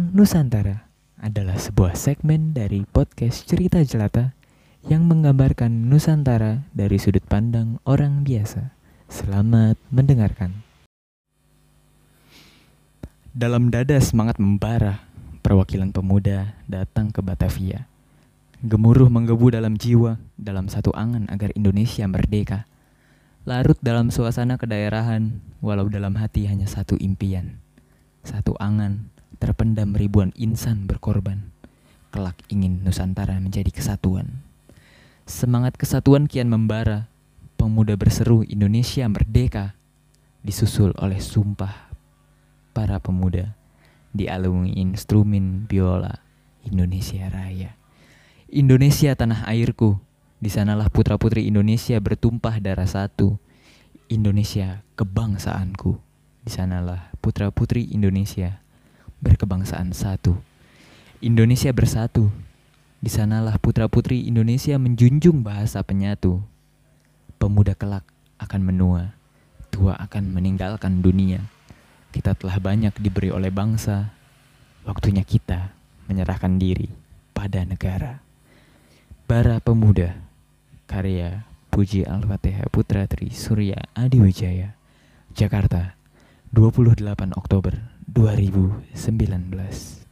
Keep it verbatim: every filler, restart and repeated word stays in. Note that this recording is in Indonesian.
Nusantara adalah sebuah segmen dari podcast Cerita Jelata yang menggambarkan Nusantara dari sudut pandang orang biasa. Selamat mendengarkan. Dalam dada semangat membara, perwakilan pemuda datang ke Batavia. Gemuruh menggebu dalam jiwa, dalam satu angan agar Indonesia merdeka. Larut dalam suasana kedaerahan, walau dalam hati hanya satu impian. Satu angan, terpendam ribuan insan berkorban. Kelak ingin Nusantara menjadi kesatuan. Semangat kesatuan kian membara. Pemuda berseru Indonesia merdeka. Disusul oleh sumpah para pemuda. Dialungi instrumen biola Indonesia Raya. Indonesia tanah airku. Di sanalah putra-putri Indonesia bertumpah darah satu. Indonesia kebangsaanku. Di sanalah putra-putri Indonesia berkebangsaan satu. Indonesia bersatu. Di sanalah putra-putri Indonesia menjunjung bahasa penyatu. Pemuda kelak akan menua, tua akan meninggalkan dunia. Kita telah banyak diberi oleh bangsa. Waktunya kita menyerahkan diri pada negara. Bara Pemuda, karya Puji Al-Fatihah Putra Tri Surya Adiwijaya, Jakarta, dua puluh delapan Oktober dua ribu sembilan belas.